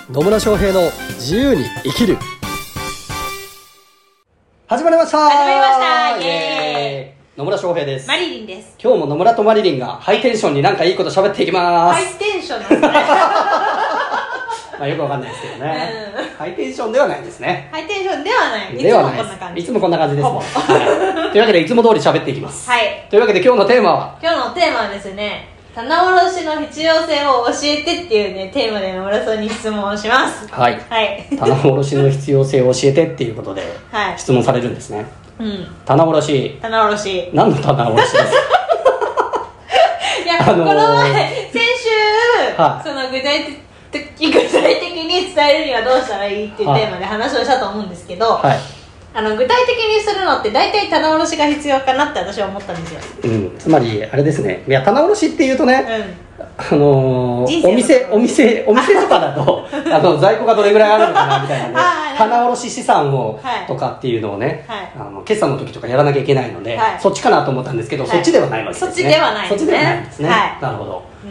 野村翔平の自由に生きる。始まりましたイエーイ。 野村翔平です。 マリリンです。 今日も野村とマリリンがハイテンションになんかいいこと喋っていきます。 ハイテンションなんですね。 まあよくわかんないですけどね、ハイテンションではないですね。 ハイテンションではない。いつもではないこんな感じ。 いつもこんな感じですね。 ほぼはい、というわけでいつも通り喋っていきます。 はい。 というわけで今日のテーマは、 今日のテーマはですね、棚卸しの必要性を教えてっていうね、テーマで野村さんに質問をします。 はい、 はい。 棚卸しの必要性を教えてっていうことではい。 質問されるんですね。 うん。 棚卸し、 棚卸し。 何の棚卸しですか？ いや、この前、先週、 はいその具体的に伝えるにはどうしたらいいっていうテーマで話をしたと思うんですけど、 はい、 具体的にするのって大体棚卸しが必要かなって私は思ったんですよ。 うん、つまりあれですね。いや、棚卸しっていうとね、お店とかだと在庫がどれぐらいあるのかなみたいなね棚卸し資産を、 はい、 とかっていうのをね、 はい、 決算の時とかやらなきゃいけないので、はい、そっちかなと思ったんですけど、はい、そっちではないわけですね。 そっちではないですね。 そっちではないですね、はい、なるほど、うん、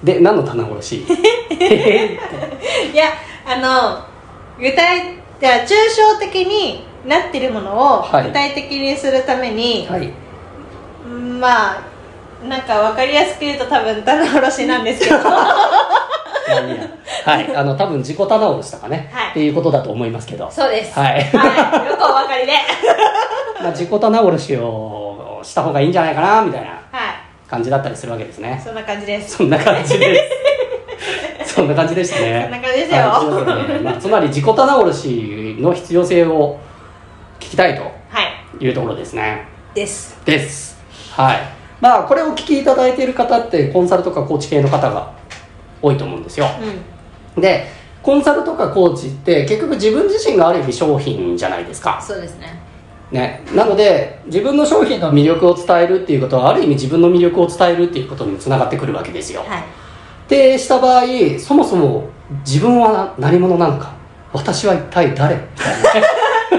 で何の棚卸しいや具体じゃあ抽象的になってるものを具体的にするために、はい、まあなんか分かりやすく言うと多分棚卸しなんですけど何や、はい、多分自己棚卸しとかね、はい、っていうことだと思いますけど。 そうです、 はい、 はい、よくお分かりでまあ自己棚卸しをした方がいいんじゃないかなみたいな感じだったりするわけですね。 そんな感じです。 そんな感じですそんな感じでしたね。 そんな感じですよ、 はい、つまり自己棚卸しの必要性を聞きたいというところですね。です。はい。まあこれをお聞きいただいている方ってコンサルとかコーチ系の方が多いと思うんですよ、うん、でコンサルとかコーチって結局自分自身がある意味商品じゃないですか。 そうですね。 なので自分の商品の魅力を伝えるっていうことはある意味自分の魅力を伝えるっていうことにもつながってくるわけですよ、はい、でした場合そもそも自分は何者なのか、私は一体誰みたいなね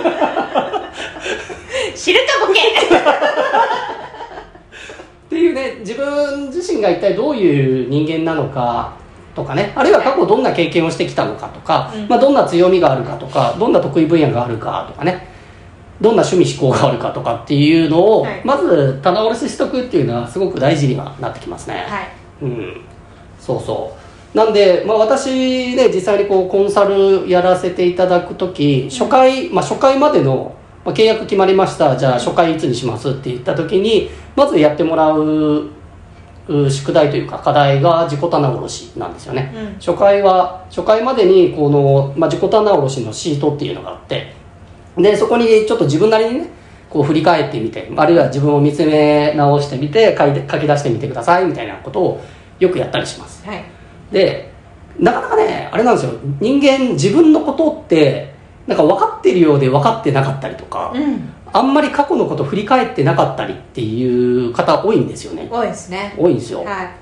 知るかボケっていうね、自分自身が一体どういう人間なのかとかね、あるいは過去どんな経験をしてきたのかとか、まあ、どんな強みがあるかとか、どんな得意分野があるかとかね、どんな趣味嗜好があるかとかっていうのを、まず棚卸ししとくっていうのはすごく大事にはなってきますね、はい、うん、そうそうなんで、まあ、私ね実際にこうコンサルやらせていただくとき、初回までの契約決まりました、じゃあ初回いつにしますって言った時にまずやってもらう宿題というか課題が自己棚卸しなんですよね、うん、初回までにこの、自己棚卸しのシートっていうのがあって、でそこにちょっと自分なりにねこう振り返ってみて、あるいは自分を見つめ直してみて書き出してみてくださいみたいなことをよくやったりします、はい、でなかなかねあれなんですよ、人間自分のことってなんか分かってるようで分かってなかったりとか、うん、あんまり過去のこと振り返ってなかったりっていう方多いんですよね。 多いですね。 多いんですよ、 はい、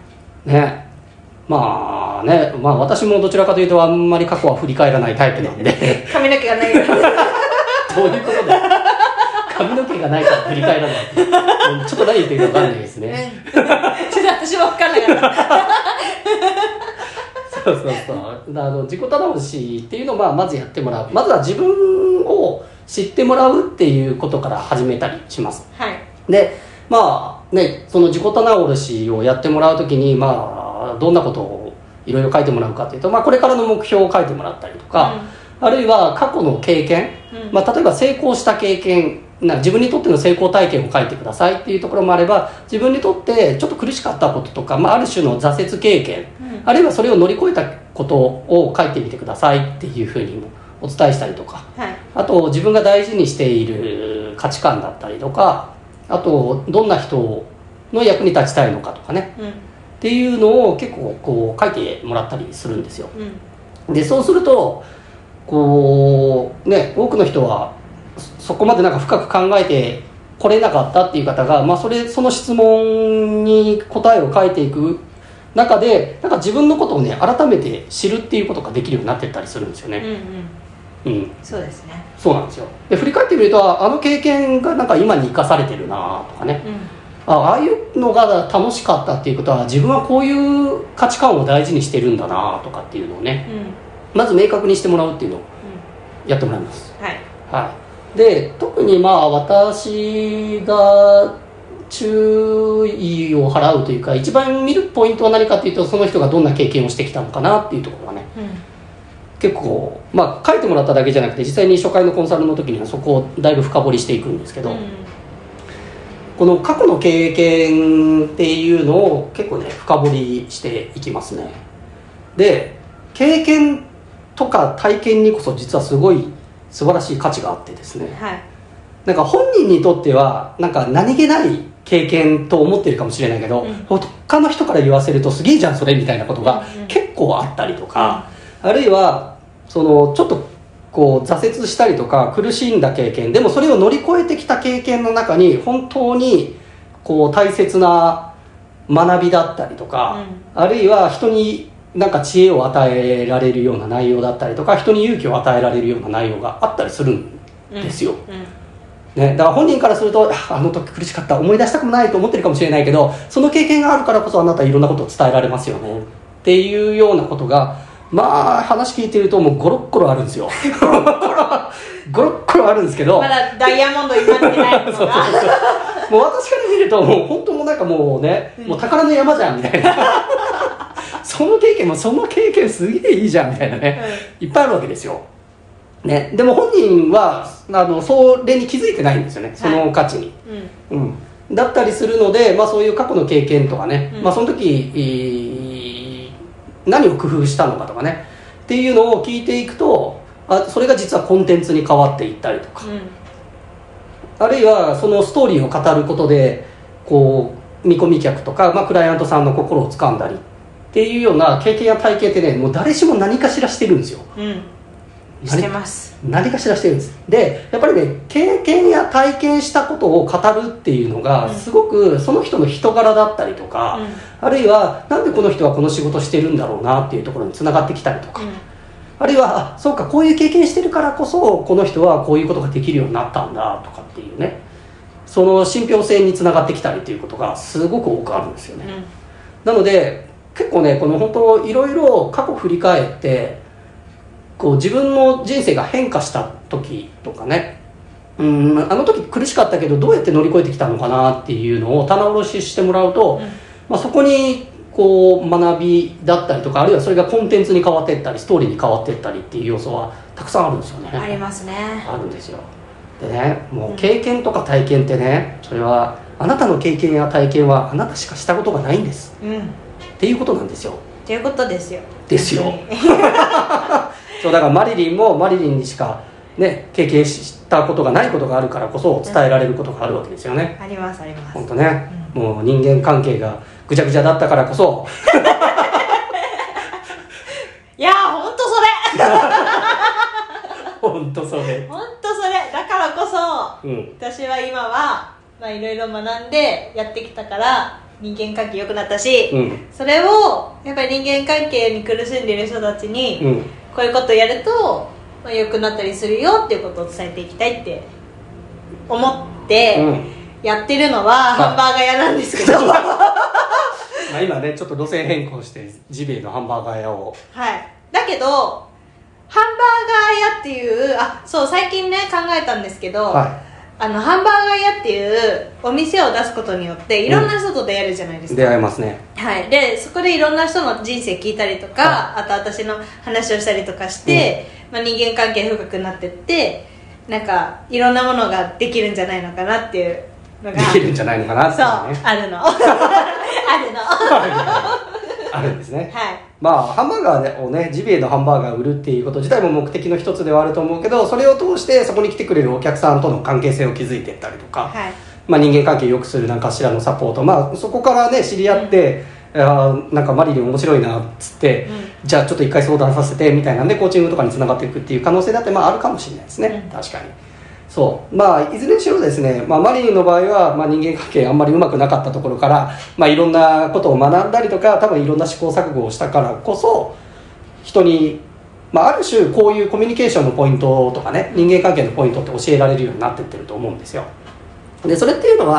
ね。まあ私もどちらかというとあんまり過去は振り返らないタイプなんで髪の毛がないどういうことで髪の毛がないから振り返らないちょっと何言ってるか分かんないですねちょっと私も分かんなかったそう自己棚卸しっていうのをまずやってもらう。まずは自分を知ってもらうっていうことから始めたりします、はい、でその自己棚卸しをやってもらうときにどんなことをいろいろ書いてもらうかっていうと、これからの目標を書いてもらったりとか、あるいは過去の経験、例えば成功した経験、自分にとっての成功体験を書いてくださいっていうところもあれば、自分にとってちょっと苦しかったこととか、ある種の挫折経験、あるいはそれを乗り越えたことを書いてみてくださいっていうふうにもお伝えしたりとか、はい、あと自分が大事にしている価値観だったりとか、あとどんな人の役に立ちたいのかとかね、っていうのを結構こう書いてもらったりするんですよ、でそうするとこうね、多くの人はそこまでなんか深く考えてこれなかったっていう方が、その質問に答えを書いていく中でなんか自分のことをね改めて知るっていうことができるようになっていったりするんですよね。 そうですね。 そうなんですよ。で振り返ってみるとあの経験がなんか今に生かされてるなとかね、ああいうのが楽しかったっていうことは自分はこういう価値観を大事にしてるんだなとかっていうのをね、 まず明確にしてもらうっていうのをやってもらいます、 はい、 はい、で特に私が注意を払うというか一番見るポイントは何かというと、その人がどんな経験をしてきたのかなっていうところがね、結構書いてもらっただけじゃなくて実際に初回のコンサルの時にはそこをだいぶ深掘りしていくんですけど、この過去の経験っていうのを結構ね深掘りしていきますね。で経験とか体験にこそ実はすごい素晴らしい価値があってですね、 はい、 なんか本人にとってはなんか何気ない経験と思ってるかもしれないけど、他の人から言わせるとすげえじゃんそれみたいなことが結構あったりとか、あるいはそのちょっとこう挫折したりとか苦しんだ経験でもそれを乗り越えてきた経験の中に本当にこう大切な学びだったりとか、あるいは人になんか知恵を与えられるような内容だったりとか、人に勇気を与えられるような内容があったりするんですよ、ね、だから本人からするとあの時苦しかった思い出したくもないと思ってるかもしれないけど、その経験があるからこそあなたいろんなことを伝えられますよねっていうようなことが話聞いてるともうゴロッゴロあるんですよゴロッゴロあるんですけど、 まだダイヤモンドになってないのがもう私から見るともう本当もうなんかもうね、もう宝の山じゃんみたいなその経験すげえいいじゃんみたいなね、いっぱいあるわけですよ、ね、でも本人はそれに気づいてないんですよね、その価値に、だったりするので、そういう過去の経験とかね、その時何を工夫したのかとかねっていうのを聞いていくと、それが実はコンテンツに変わっていったりとか、あるいはそのストーリーを語ることでこう見込み客とか、クライアントさんの心を掴んだりっていうような経験や体験ってね、もう誰しも何かしらしてるんですよ、 してます。 何かしらしてるんです。でやっぱりね、経験や体験したことを語るっていうのがすごくその人の人柄だったりとか、あるいはなんでこの人はこの仕事してるんだろうなっていうところにつながってきたりとか、あるいはそうかこういう経験してるからこそこの人はこういうことができるようになったんだとかっていうね、その信憑性につながってきたりっていうことがすごく多くあるんですよね、なので結構ね、この本当いろいろ過去振り返ってこう自分の人生が変化した時とかね、あの時苦しかったけどどうやって乗り越えてきたのかなっていうのを棚卸ししてもらうと、そこにこう学びだったりとか、あるいはそれがコンテンツに変わっていったりストーリーに変わっていったりっていう要素はたくさんあるんですよね。 ありますね。 あるんですよ。でね、もう経験とか体験ってね、それはあなたの経験や体験はあなたしかしたことがないんです、っていうことなんですよ。 っていうことですよ。 ですよそうだからマリリンもマリリンにしかね経験したことがないことがあるからこそ伝えられることがあるわけですよね、 ありますあります。 本当ね、もう人間関係がぐちゃぐちゃだったからこそいやー本当それ本当それ本当それだからこそ、私は今はいろいろ学んでやってきたから人間関係良くなったし、それをやっぱり人間関係に苦しんでいる人たちに、こういうことをやると、良くなったりするよっていうことを伝えていきたいって思ってやってるのはハンバーガー屋なんですけど今ねちょっと路線変更してジビエのハンバーガー屋を、 だけどハンバーガー屋っていうそう最近ね考えたんですけど、ハンバーガー屋っていうお店を出すことによっていろんな人と出会えるじゃないですか、 出会えますね。 でそこでいろんな人の人生聞いたりとか、あと私の話をしたりとかして、人間関係深くなってってなんかいろんなものができるんじゃないのかなっていうのができるんじゃないのかなっていうね、 そうあるのあるのあるんですね。ハンバーガーをね、ジビエのハンバーガーを売るっていうこと自体も目的の一つではあると思うけど、それを通してそこに来てくれるお客さんとの関係性を築いていったりとか、人間関係を良くする何かしらのサポート、そこからね知り合って、なんかマリリン面白いなっつって、じゃあちょっと一回相談させてみたいなんでコーチングとかにつながっていくっていう可能性だってあるかもしれないですね、確かに。そういずれにしろですね、マリリンの場合は、人間関係あんまりうまくなかったところから、いろんなことを学んだりとか多分いろんな試行錯誤をしたからこそ人に、ある種こういうコミュニケーションのポイントとかね、人間関係のポイントって教えられるようになってってると思うんですよ。でそれっていうのは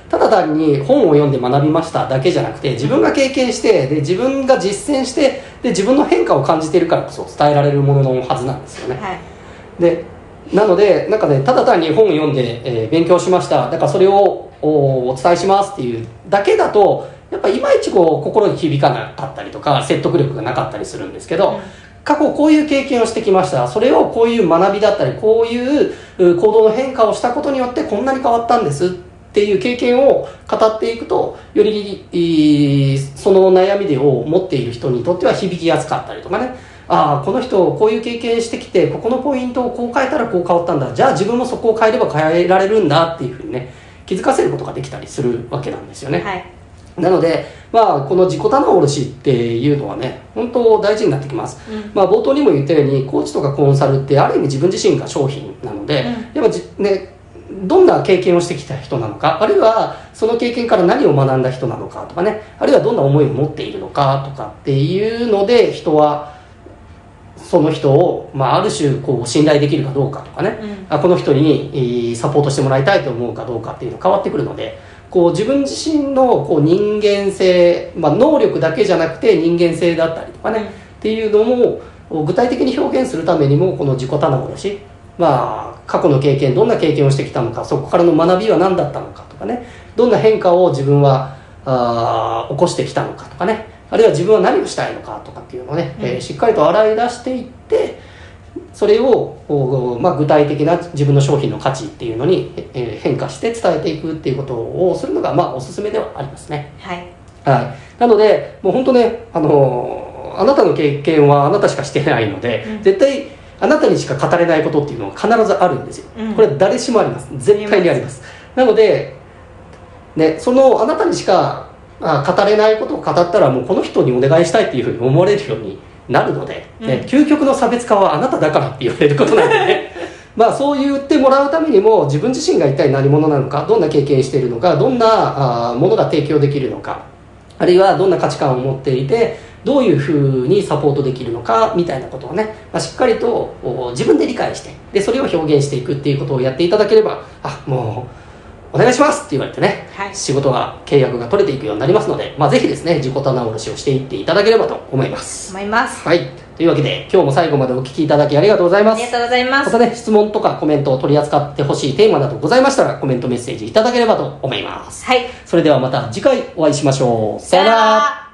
ただ単に本を読んで学びましただけじゃなくて、自分が経験してで自分が実践してで自分の変化を感じているからこそ伝えられるもののはずなんですよね、はい、でなのでなんかね、ただ単に本を読んで、勉強しました、だからそれをお伝えしますっていうだけだとやっぱいまいちこう心に響かなかったりとか説得力がなかったりするんですけど、過去こういう経験をしてきました、それをこういう学びだったりこういう行動の変化をしたことによってこんなに変わったんですっていう経験を語っていくと、よりその悩みを持っている人にとっては響きやすかったりとかね、ああこの人こういう経験してきてここのポイントをこう変えたらこう変わったんだ、じゃあ自分もそこを変えれば変えられるんだっていうふうにね、気づかせることができたりするわけなんですよね、はい、なので、この自己棚卸しっていうのはね本当大事になってきます、冒頭にも言ったようにコーチとかコンサルってある意味自分自身が商品なので、やっぱどんな経験をしてきた人なのか、あるいはその経験から何を学んだ人なのかとかね、あるいはどんな思いを持っているのかとかっていうので、人はその人を、ある種こう信頼できるかどうかとかね、この人にサポートしてもらいたいと思うかどうかっていうの変わってくるので、こう自分自身のこう人間性、能力だけじゃなくて人間性だったりとかね、っていうのも具体的に表現するためにもこの自己棚卸し、過去の経験、どんな経験をしてきたのか、そこからの学びは何だったのかとかね、どんな変化を自分は起こしてきたのかとかね、あるいは自分は何をしたいのかとかっていうのをね、しっかりと洗い出していって、それを具体的な自分の商品の価値っていうのに変化して伝えていくっていうことをするのがおすすめではありますね。はい、はい、なのでもう本当ね、あなたの経験はあなたしかしてないので、絶対あなたにしか語れないことっていうのは必ずあるんですよ、これは誰しもあります、絶対にあります。なので、ね、そのあなたにしか語れないことを語ったらもうこの人にお願いしたいっていうふうに思われるようになるので、究極の差別化はあなただからって言われることなんでねそう言ってもらうためにも自分自身が一体何者なのか、どんな経験しているのか、どんなものが提供できるのか、あるいはどんな価値観を持っていてどういうふうにサポートできるのかみたいなことをね、しっかりと自分で理解して、でそれを表現していくっていうことをやっていただければ、もうお願いしますって言われてね、はい、仕事が契約が取れていくようになりますので、ぜひですね自己棚卸しをしていっていただければと思います。はい、というわけで今日も最後までお聞きいただきありがとうございます。 ありがとうございます。 またね、質問とかコメントを取り扱ってほしいテーマなどございましたらコメントメッセージいただければと思います。はい、それではまた次回お会いしましょう。さよなら。